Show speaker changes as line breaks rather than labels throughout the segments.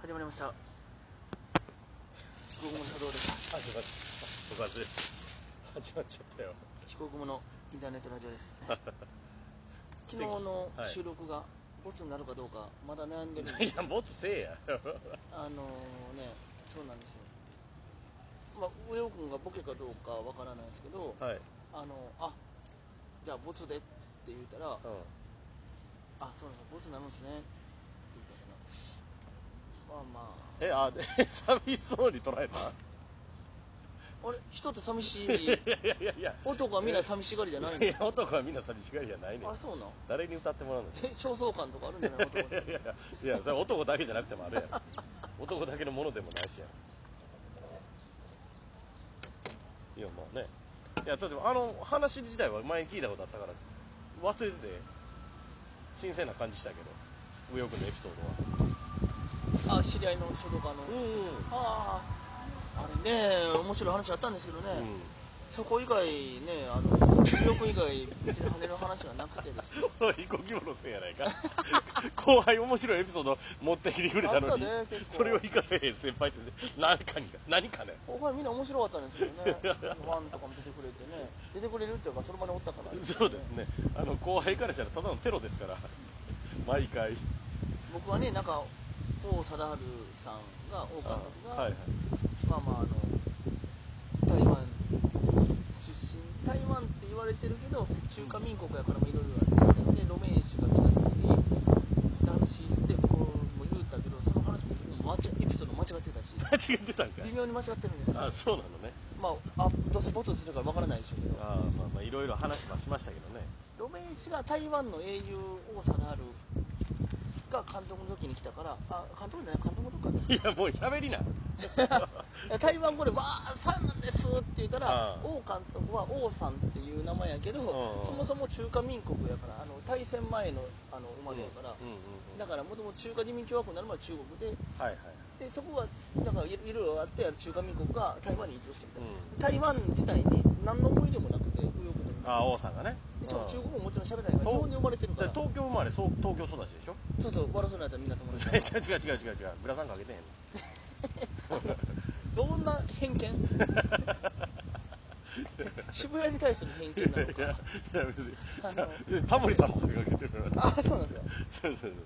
始まりました。飛行雲の波動です。
始まっおかずです。始まっちゃったよ。
飛行雲のインターネットラジオです、ね、昨日の収録がボツになるかどうかまだ悩んでるんです。
いやボツせえや。
そうなんですよ。上尾君がボケかどうかわからないですけど、
はい、
じゃあボツでって言うたら、そうなんですよ、ボツになるんですねって言ったから、
寂しそうに捉えた。
あれ、人って寂しい。
いや
男はみんな寂しがりじゃないの？
いや男はみんな寂しがりじゃないねん。
あ、そうなん？
誰に歌ってもらうの？
焦燥感とかあるんじゃない？男って。
いやそれ男だけじゃなくてもあるやろ。男だけのものでもないしや。いやまあね。いやだって話自体は前に聞いたことあったから忘れてて新鮮な感じしたけど、右翼のエピソードは。
知り合いの書道家の。あれね、面白い話あったんですけどね、そこ以外ね、右翼以外別に跳ねる話がなくてですね。
飛行機ものせいやないか。後輩面白いエピソード持ってきてくれたのに、それを生かせへん先輩って何かね。
後輩みんな面白かったんですけどね。ファンとかも出てくれてね、出てくれるっていうかその場におったから、ね、
そうですね。後輩からしたらただのテロですから毎回。
僕はね、なんか王貞治さんが王監督が、台湾出身、台湾って言われてるけど中華民国やからいろいろあって、でロメイン氏が来た時に男子って僕も言うたけど、その話もエピソード間違ってたし、
間違ってたんかい。
微妙に間違ってるんですよ。
そうなのね。
どうせボツするからわからないでしょうけど、
いろいろ話はしましたけどね。
ロメイン氏が台湾の英雄王貞治が監督の時に来たから、監督じゃない、監督の時かね。
いやもう喋りな。
台湾語でファンなんですって言ったら、王監督は王さんっていう名前やけど、そもそも中華民国やから、大戦前の生まれやから、だからもともと中華人民共和国になる前は中国で、でそこはだからいろいろあって中華民国が台湾に移動してきた、台湾自体に何の思い出もなくて、右翼でも
王さんがね。
しかも中国語ももちろん喋れないから、日本で生まれてるから。
東京生まれ、東京育ちでしょ。
そうそう、悪そうなやつはみんな友達。
違う、ブラさんかけてへんの。
どんな偏見？渋谷に対する偏見なのか。いや
別にタモリさんもかけてる。
そうなんですよ。
そう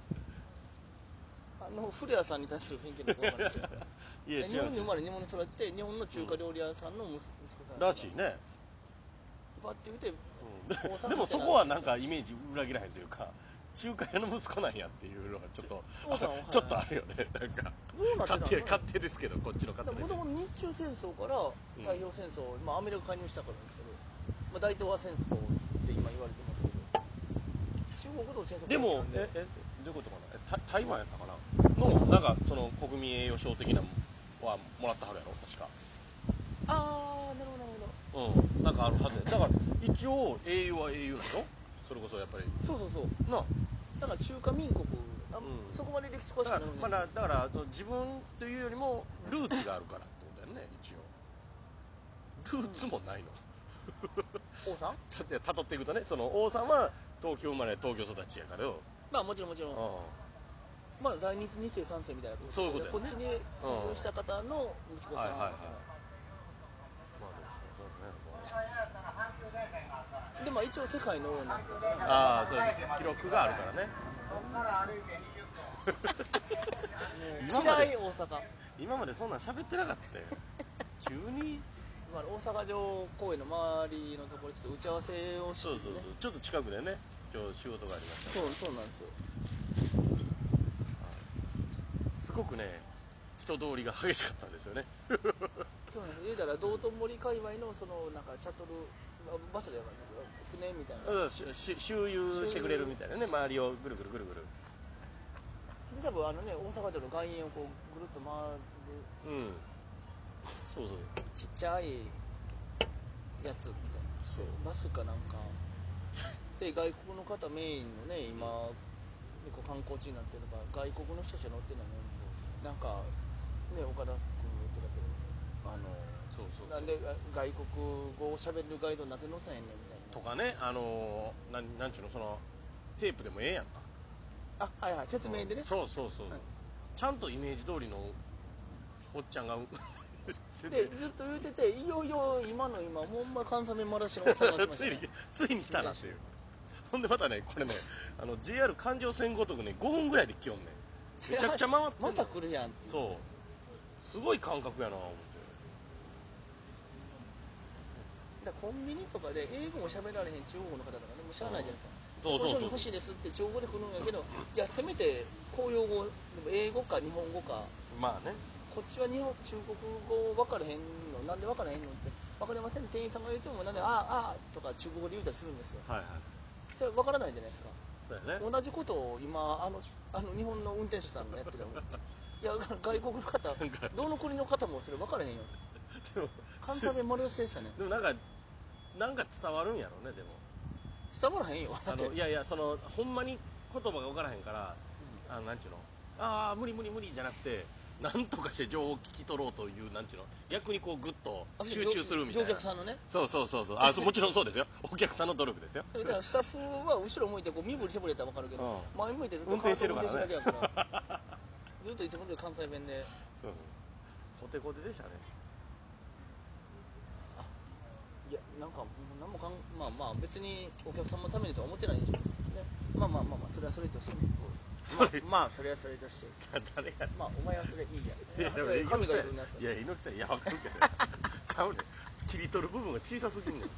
古谷さんに対する偏見なのか分かんないですよ。日本に生まれ日本に育って日本の中華料理屋さんの息子さん
らしいね。
バッて言うて、
でもそこはなんかイメージ裏切らへんというか、中華屋の息子なんやっていうのはちょっとあるよね。なんか勝手ですけど、こっちの勝手で。
もともと日中戦争から太平洋戦争、アメリカ加入したからですけど、大東亜戦争って今言われてますけど、中国と戦争
でもどういうことかな。台湾やったかなのなんかその国民栄誉賞的なのはもらったはるやろ確か。
なるほど。
なんかあるはずや。だから一応英雄は英雄なの。それこそやっぱり。
そう
なあ。
だから中華民国、そこまで歴史詳しくないので。
だから自分というよりもルーツがあるからってことだよね一応。ルーツもないの。
王さん？
たどっていくとね、その王さんは東京生まれ東京育ちやからよ。
もちろん。第2世3世みたいなことで、
そういうことやね。
こっちに移住した方の息子さんだから。で一応世界の王になったから。
そういう記録があるからね。
嫌い大阪。
今までそんなん喋ってなかったよ。急に。
大阪城公園の周りのところちょっと打ち合わせをして、
そうちょっと近くでね今日仕事がありました。
そうなんですよ。
すごくね人通りが激しかったんですよね。
そうなんです。言うたら道頓堀界隈のそのなんかシャトルバスで船みたいな
周遊してくれるみたいなね、周りをぐるぐる
で多分大阪城の外苑をこうぐるっと回る、
そう
ちっちゃいやつみたいなバスかなんかで、外国の方メインのね今、結構観光地になってるから外国の人しか乗ってないのに、なんかね岡田君も言ってたけど、なんで外国語を喋るガイドなぜ乗せへんねんみたいな
とかね、なんちゅうのそのテープでもええやんか。
説明でね。
そう、ちちゃんとイメージ通りのおっちゃんが
でずっと言うてて、いよいよ今ほんま関西弁漏らしのおっさんが来ましたね
ついに来たなっていう。ほんでまたね、これね、JR 環状線ごとくね、5分ぐらいで来よんねん。めちゃくちゃ回ってんの。
また来るやんっていう。
そう、すごい感覚やな思って。
だコンビニとかで英語も喋られへん中国の方とかね、もうしゃあないじゃないですか。
そう
この商品欲しいですって中国語で来るんやけど、いやせめて公用語でも英語か日本語か。
まあね。
こっちは中国語分からへんの、なんで分からへんのって分かりません、店員さんが言うてもなんであとか中国語で言うたりするんですよ。はいはい。それ分からないじゃないですか。そうやね。同じことを今日本の運転手さんがやってる。いや外国の方、どの国の方もそれ分からへんよ。でも関西弁丸出しでしたね。
でもなんか伝わるんやろうね。でも
伝わらへんよ。
いやいやほんまに言葉が分からへんから、なんちゅうの、無理じゃなくて。なんとかして情報を聞き取ろうというなんちゅうの逆にこうグッと集中するみたいな。
乗客さんのね。
そうもちろんそうですよ。お客さんの努力ですよ。
だからスタッフは後ろ向いてこう身振り手振りやったら分かるけど、前向いてずっと
運転してるからね。
ずっといつも通り関西弁で。
そうコテコテでしたね。
いやなんか何もまあ別にお客さんのためにとは思ってないんでしょうね。まあそれはそれとしてね。まあそれはそれとして。
誰や。
まあお前はそれいいや。
神がいるんだやつ。いや猪木さん、いや分かるけど。ちゃうねん。切り取る部分が小さすぎんねん。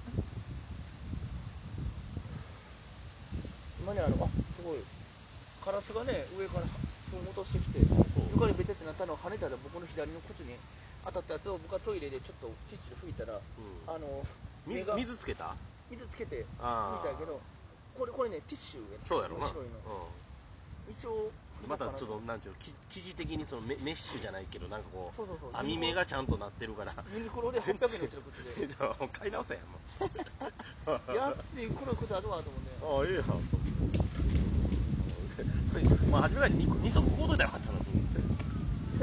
今ねすごいカラスがね上から落としてきて床にベテってなったのを跳ねたら僕の左の靴に当たったやつを僕はトイレでちょっとティッシュで拭いたら、
水つけた？
水つけて拭いたけど、これねティッシュやった。
そうやろな。
白いの。一応
またちょっとなんちゅう生地的にメッシュじゃないけどなんかこう網目がちゃんとなってるから。
ユニクロで800円で売ってる靴で。
買い直せやんも
う。安い黒い靴あるわと思って。
いいやんと思って。まあ初めから2足買うといたらよかったなと思って。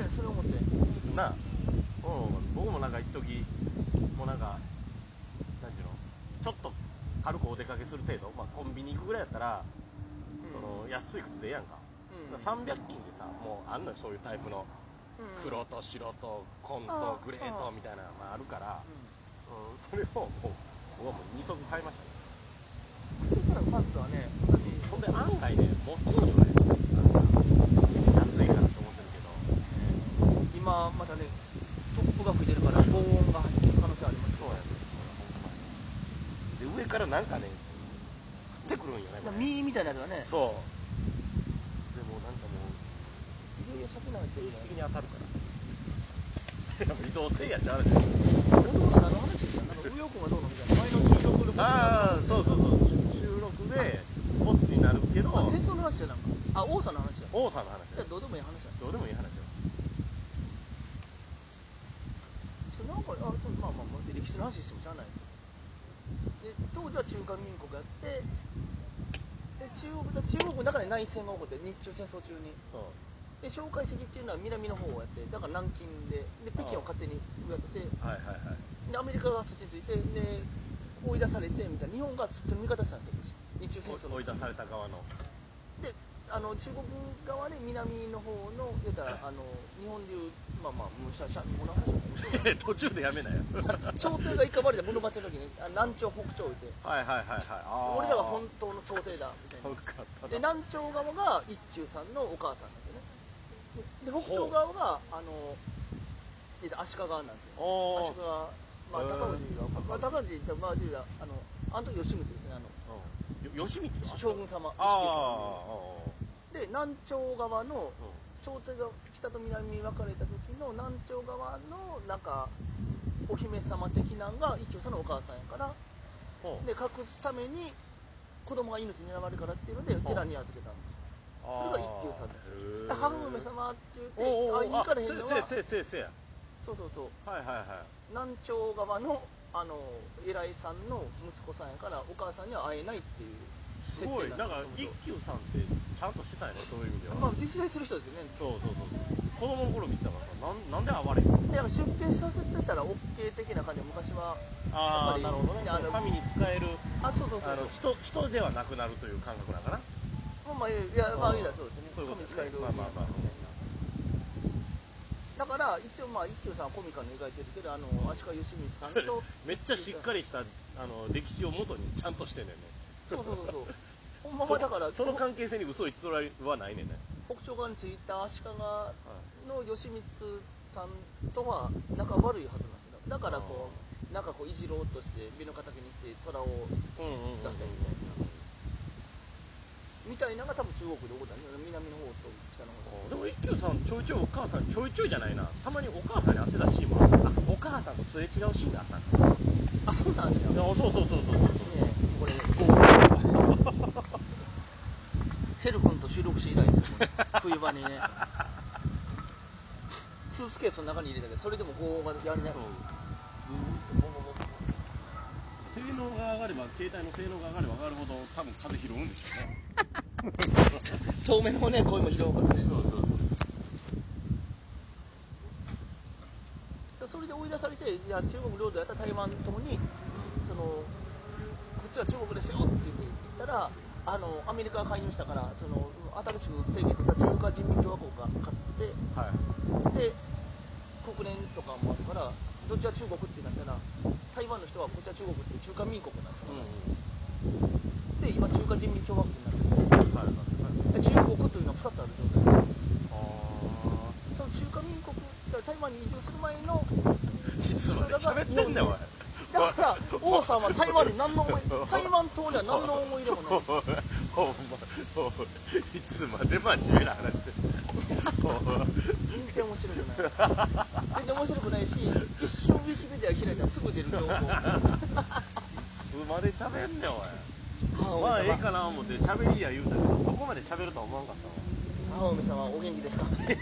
それ思って
なあ。僕もなんか一時もうなんかなんていうのちょっと軽くお出かけする程度、コンビニ行くぐらいやったら、安い靴でええやんか。300均でさもうあんのよそういうタイプの、黒と白と紺とグレーとみたいなのがあるから、それをもう僕はもう2足買いましたね。
靴下のパンツはね、
ほんで案外ね持つんよね。安いからと思ってるけど、
今またね突風が吹いてるから防音が入ってる可能性あります。
そうやね。で上からなんかね降ってくるんよね。
ミーみたいなやつがね。
そうでもなんかもう
いよいよ先の入ってる
定期的に当たるから移動せいやってあるじゃん。
もともと何の話ですか。なんか右翼がどうのみたいな前の収録で
そう収録でボツになるけど
戦争の話じゃなんか王さんの話だ。
王さんの話だ。
どうでもいい話だ。
どうでもいい話だ。
なんかまあ歴史の話してもしゃあないですよ。で当時は中華民国やってで中国の中で内戦が起こって日中戦争中に、で蒋介石っていうのは南の方をやってだから南京で北京を勝手にやってて、でアメリカがそっちについてで追い出されてみたいな。日本がそっちの味方したんですよ。日中戦争の
追い出された側の
で中国側で南の方の言うたら、日本流もうしゃこの話は
途中でやめなよ
朝廷が一回割れた室町の時に南朝北朝言って、俺らが本当の朝廷だみたいな。で南朝側が一休さんのお母さんなんですよね。で北朝側が足利側なんですよ。足利高氏は高氏ってあの時吉光ですね。
吉光
将軍様。で南朝側の朝廷が北と南に分かれた時の南朝側のなんかお姫様的なのが一休さんのお母さんやから、で隠すために子供が命に狙われるからっていうので寺に預けたんです。それが一休さんです。母嫁様って言って言いかれへんのはそう南朝側の偉いさんの息子さんやからお母さんには会えないっていう。
すごいなんか一休さんってちゃんとしてたよね。そういう意味では
実在する人ですよね。
そう子供の頃見てたからさなんで会われへんの。
出家させてたら OK 的な感じで昔はやっぱり
なるほどね。神に仕える人ではなくなるという感覚なのかな。
いやそうですね。神に仕えるだから一応一休さんはコミカルに描いてるけど足利義満さんと
めっちゃしっかりした歴史を元にちゃんとしてんねんね。
そうほんまはだから
その関係性に嘘偽りはないねんね。
北朝側についた足利の義満さんとは仲悪いはずなんですよ。だからなんかいじろうとして身の敵にして虎を出したりみたいなのが多分中国で起こったんですよ。南の方と北の方
でも一休さんちょいちょいお母さんちょいちょいじゃないな、たまにお母さんに会ってたシーンもある。お母さんとすれ違うシーンがあったんだ。
そうなんですよ。
そうね
これヘル君と収録して以来ですよこれ冬場にねスーツケースの中に入れたけどそれでも轟音がやるね。
ずーっとボボボボ性能が上がれば携帯の性能が上がれば上がるほど多分風拾うんでしょうね
遠目のね声も拾うからね。
そう
それで追い出されて、いや中国領土やったら台湾ともに、こっちは中国ですよって言ったらアメリカが介入したから新しく政権取った中華人民共和国が勝って、で国連とかもあるからどっちは中国ってなったら台湾の人はこっちは中国って中華民国なんですよ、で今中華人民共和国になってて、中国というのは2つある状態で、その中華民国台湾に移住する前の
いつまで喋ってんだよおい。
だから王さんは台湾に台湾島には何の思い入れもない。
ほんまいつまで真面目な話してる
全然面白くない全然面白くないし、一瞬ウィキペディア開いたらすぐ出る情報い
つまで喋んねんおい。まあええかな思って喋りや言うたけどそこまで喋るとは思わんかったわ。
青梅さんはお元気ですか
元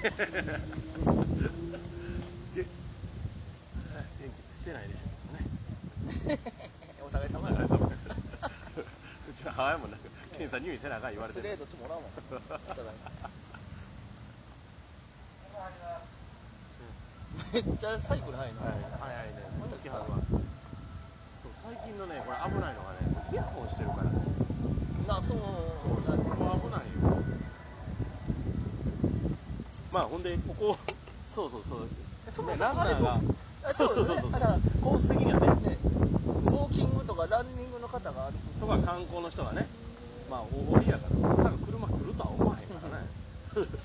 気してないでしょうね
お互い様
や。うちの母親もなんか検査入院せなあかん言われてる。
つれえどっちもおらんもんお互いめっちゃサイクル速いな。
早いね。時半は最近のねこれ危ないのがねイヤホンしてるからね。
そうなんですよ。
危ないよ。まあほんでここそうね、ランナーがそうコース的にはね
ウォーキングとかランニングの方が歩く
とか観光の人がね、まあ大堀やからまさか車来るとは思わへんからねまあ、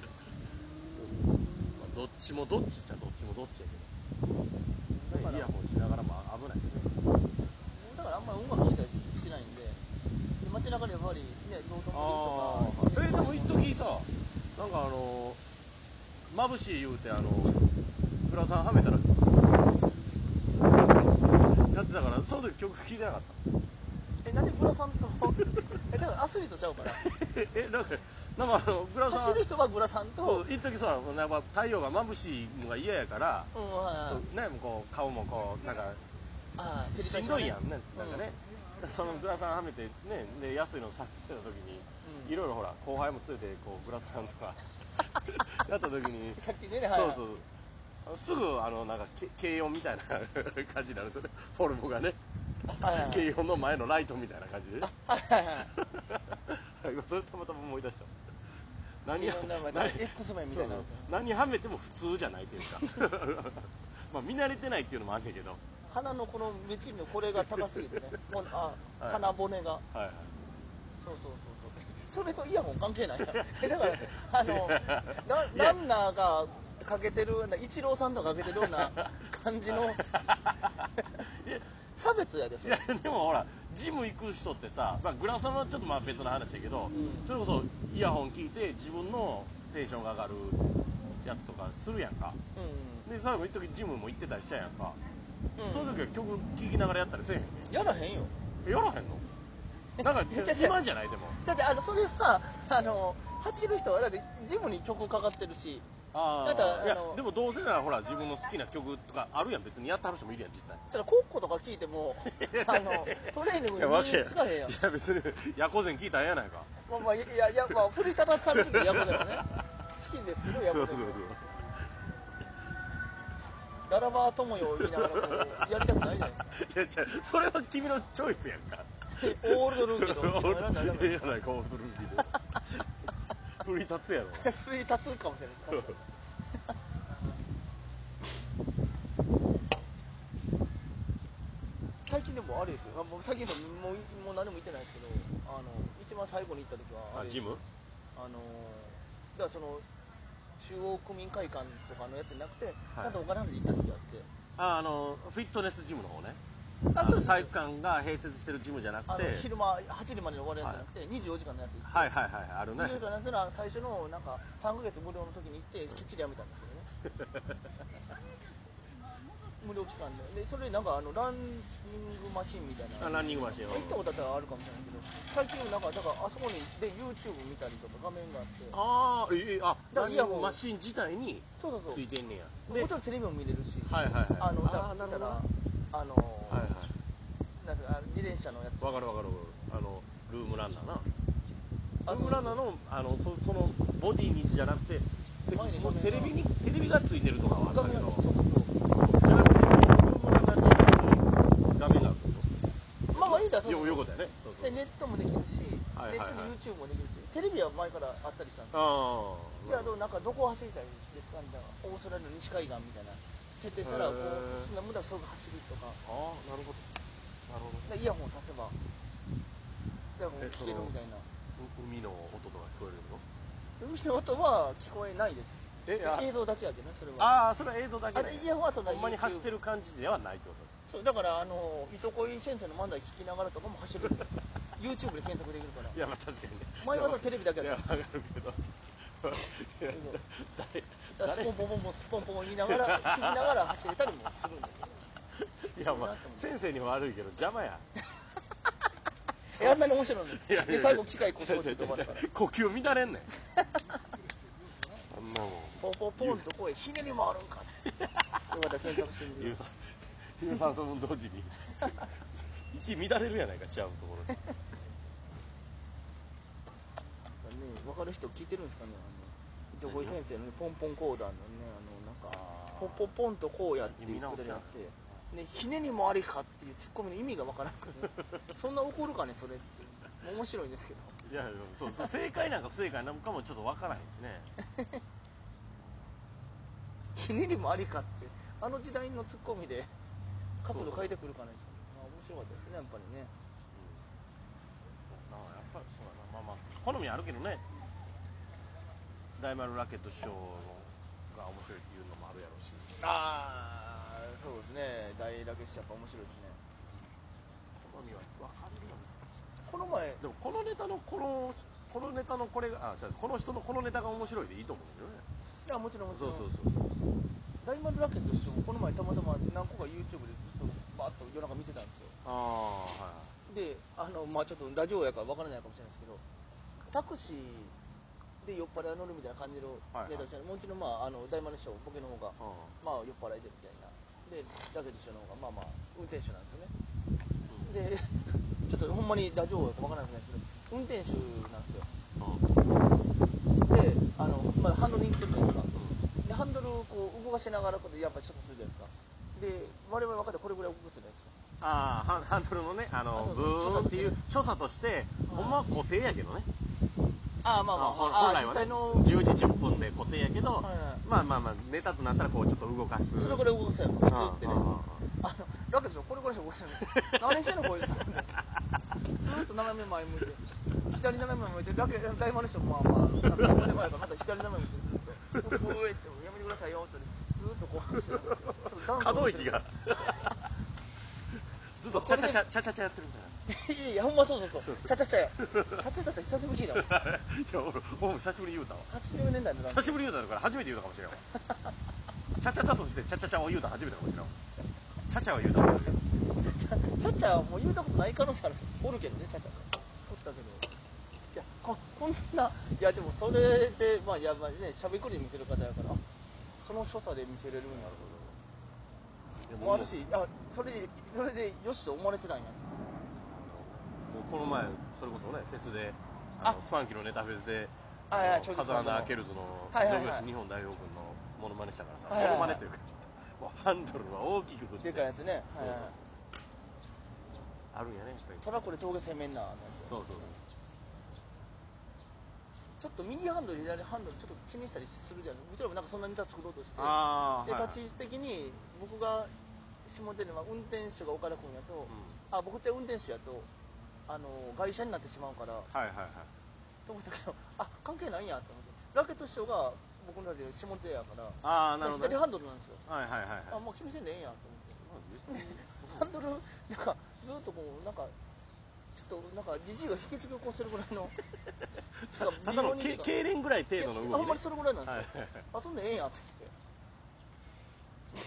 どっちもどっちっちゃどっちもどっちやけど、イヤホンしながらも危ないですね。
だからあんまり音楽聴いたりしないんで、街中でやっぱりね道頓堀とか
でも一時さなんか眩しい言うてグラサンはめたらやってたからその時曲聴いてなかった。
なんでグラサンとだからアスリートちゃうから
なんかグラサン
走る人はグラサンと
そう一時さ太陽が眩しいのが嫌やから、ねこう顔もこうなんかしんどいやんね、なんかね、そのグラサンはめてねで安いの探してた時にいろいろほら後輩も連れてこうグラサンとかやった時にすぐなんか軽音みたいな感じになるんですよね、フォルムがね。軽音の前のライトみたいな感じで、それたまたま思い出した。
X メンみたいな
何はめても普通じゃないというかまあ見慣れてないっていうのもあるんだけど、
鼻のこの目尻のこれが高すぎてね鼻骨がそうそれとイヤホン関係ないだからランナーがかけてるようなイチローさんとかかけてるような感じの差別やでそれ。
いやでもほらジム行く人ってさ、グラサンはちょっと別の話やけど、それこそイヤホン聞いて自分のテンションが上がるやつとかするやんか、で最後一時ジムも行ってたりしたやんか、そういう時は曲聴きながらやったりせえへんねん。
やらへんよ。
やらへんのなんか今じゃないでも
だってそれは走る人はだってジムに曲かかってるし、
いやでもどうせならほら自分の好きな曲とかあるやん、別にやってはる人もいるやん実際。
それコッコとか聞いてもトレーニングに身につかへんやん。い
や別にヤコゼン聞いたらええやないか。
奮い立たされるヤコゼンはね好きですけどヤコゼン
そう
ララバー友よ言いながらこうやりたくないじゃないですか。
いやそれは君のチョイスやんか。
オールドルーキーの君選んだらダメ
やないかオールドルーキーで奮い立つやろ。
奮い立つかもしれない。 れですよ。もう最近もう何も言ってないですけど、一番最後に行った時は
ジム？
だからその中央区民会館とかのやつじゃなくて、ちゃんとお金払って行った時あって。
フィットネスジムの方ね。
そうです。
体育館が併設してるジムじゃなくて、
昼間8時までに終わるやつじゃなくて、24時間のやつ行って、
はいはいはい、あるね。
24時間のやつは最初のなんか3ヶ月無料の時に行ってきっちりやめたんですけどね。無料期間で、それでなんかランニングマシンみたいな、
ランニングマシン
行ったことだったらあるかもしれないけど、最近なんかだからあそこにで YouTube 見たりとか画面があって、
ランニングマシン自体についてんねや。
もちろんテレビも見れるし、
はいはいはい。
だから
はいはい。
なんか自転車のやつ。
わかる。ルームランナーな。ルームランナーのそのボディにじゃなくて、もうテレビがついてるとかはあったけど、じゃなくてルームランナー自体に画面があるってこと？
まあいいだそう。
よかったよね。
でネットもできるし、ネットで YouTube もできるし、テレビは前からあったりしたんですよ。でなんかどこを走りたいですかみたいな、オーストラリアの西海岸みたいな設定したらこうそんな無駄すぐ走るとか。
なるほど。
イヤホンさせばイヤホン聞けるみたいな。
海の音とか聞こえるの？
海の音は聞こえないです。映像だけやけどね、それは。
それは映像だけで。
イヤホンはそんな
ほんまに走ってる感じではないってこと？
そうだから糸恋先生の漫才聞きながらとかも走れるんですよ。YouTube で検索できるから。
いやまあ確かにね。
前はテレビだけやった。
いやわかるけど。
スポンポンポンスポンポン言いながら聞きながら走れたりもするんですよ。
いやまあ先生にも悪いけど邪魔や。
あんなに面白いのに。で最後機械故障って言うとこから。
呼吸乱れんねん。あんなもん。
ポンポンポンと声ひねりもあるんか。よかったら検索してみてください。
有酸素運動時に息乱れるやないか違うところで。
分かる人聞いてるんですかね。糸恋先生のポンポン講談のねなんかポンポンポンとこうやっていうくだりがあって。ね、ひねりもありかっていうツッコミの意味がわからなくて、そんな怒るかねそれって面白いんですけど。
いやそう正解なんか不正解なんかもちょっとわからへんしね。
ひねりもありかって時代のツッコミで角度変えてくるかね。面白かったですねやっぱりね。
やっぱりそうだな。まあ好みあるけどね。大丸ラケット師匠が面白いっていうのもあるやろうし。
そうですね。大ラケット師匠やっぱ面白いですね。
好みは分かるよね。
この前
でもこのネタのこのこれがこの人のこのネタが面白いでいいと思うんだよね。
いやもちろん
そう
大丸ラケット師匠この前たまたま何個か YouTube でずっとバーッと夜中見てたんですよ。でまあちょっとラジオやから分からないかもしれないですけど、タクシーで酔っ払い乗るみたいな感じのネタでしたね。もちろん大丸師匠ボケの方が酔っ払いでみたいなでラケット師匠の方が運転手なんですよね。でちょっとほんまにラジオやから分からないですけど運転手なんですよ。でハンドル握ってるじゃないですか。でハンドルをこう動かしながらやっぱりショットするじゃないですか。で我々分かってこれぐらい動かすじゃないですか。
ハンドルのねブーンっていう所作としてほんまは固定やけどね。本来はね10時10分で固定やけど、まあネタとなったらこうちょっと動かす。
それぐらい動かすやん普通ってね。ラケットこれぐらい動かすの何してんのこいつ。ずーっと斜め前向いて左斜め向いて大丸師匠もそこで前からまた左斜め向いてずっとブーってやめてくださいよってずっとこうしてるんですよ。
可動域がずっとチャチャやってるみたいな。
いやほんまそうチャチャやチャチャだったら久しぶり聞いたもん。い
や俺も久しぶり言うたわ。
80年代の
久しぶり言うたから初めて言うたかもしれんわ。チャチャとしてチャチャを言うた初めてかもしれんわ。チャチャは言うたことある。
チャチャもう言うたことない可能性ある。おるけどねチャチャおったけど。いやこんないやでもそれでやばいねしゃべくり見せる方やからその所作で見せれるんやろうもあるしそれでよしと思われてたんや。
もうこの前それこそねフェスでスパンキーのネタフェスで風穴アケルズの上吉日本代表軍のモノマネしたからさ、モノマネというかハンドルは大きく振って
でかいやつね。
あるんやねやっぱり。
トラックで峠攻めんなのやつ。
そう
ちょっと右ハンドル左ハンドルちょっと気にしたりするじゃん。もちろんそんなネタ作ろうとしてで立ち位置的に僕が下手で運転手が岡田君やと、僕って運転手やと外車になってしまうから、と思ったけど、関係ないんやと思って、ラケット師匠が僕の中で下手やから、左ハンドルなんですよ。もう気にせんでええんやと思って、ハンドルなんかずっとこうなんかちょっとなんかじじいが引き継ぎを起こしてるぐらいの
ただの痙攣ぐらい程度の動き、ね、
あんまりそれぐらいなんですよ。そんでええんやって言って。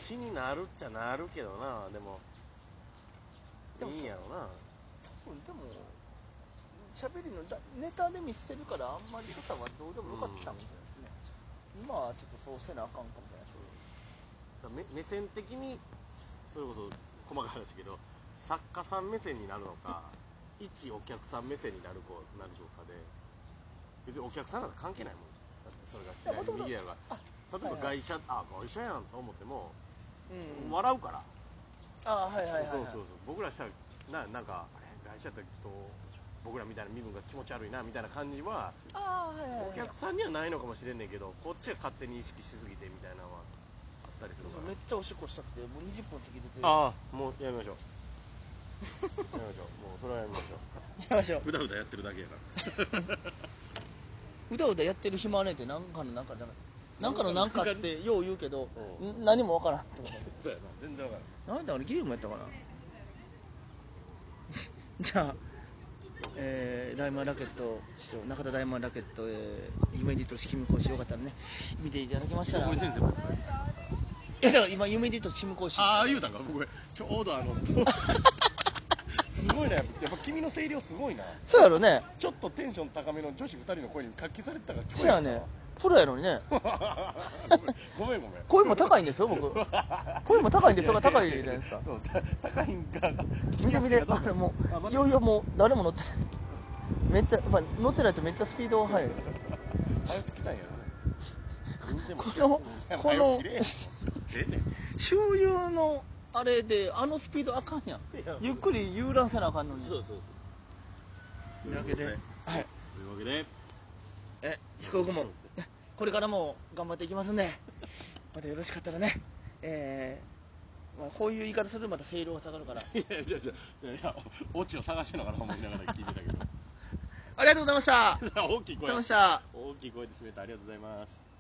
気になるっちゃなるけどな、でもいいんやろな。
でも喋りのネタで見せてるからあんまり所作はどうでもよかったかもしれないですね。今はちょっとそうせなあかんかもしれないですけど、
目線的にそれこそ細かい話だけど、作家さん目線になるのか一お客さん目線になるのかで、別にお客さんなんか関係ないもん。だってそれが左右やろが、例えば外車、外車やんと思っても、笑うから。そう僕らしたらなんか外車ってちょっと僕らみたいな身分が気持ち悪いなみたいな感じは、お客さんにはないのかもしれんねんけど、こっちが勝手に意識しすぎてみたいなのはあったりするから。
めっちゃおしっこしたくてもう20分過ぎてて、
もうやめましょうもうそれはやめましょう。うだうだやってるだけやから
うだうだやってる暇はねえってなんかのなんかってよう言うけど、何もわからんってこと。
そうやな、全然わからん。
なんであれゲームやったかなじゃあ、ダイヤモンドラケット師匠、中田ダイヤモンドラケット、夢でとしキム講師よかったらね見ていただけましたら。
先生もい
やだから今夢でとキム講師
言うたんか、僕ちょうどすごいな、やっぱ君の声量すごいな。
そうやろね。
ちょっとテンション高めの女子2人の声に活気されてたから聞こえた。
そうやね、プロやのにね
ごめん
声も高いんですよ僕声も高いんですよ。高いじゃないですか。
そう高いんか。
見てもういよいよもう誰も乗ってない。めっちゃやっぱ乗ってないとめっちゃスピード速い。
早くつきたいんやろね。
この周遊のあれでスピードあかんやん。ゆっくり遊覧せなあかんのに。
そう
というわけで、飛行機もこれからも頑張っていきますんで、またよろしかったらね、こういう言い方するとまた声量が下がるから。
いやオチを探してんのかな思いながら聞いてたけど
ありがとうございました。
大きい声で締めてありがとうございます。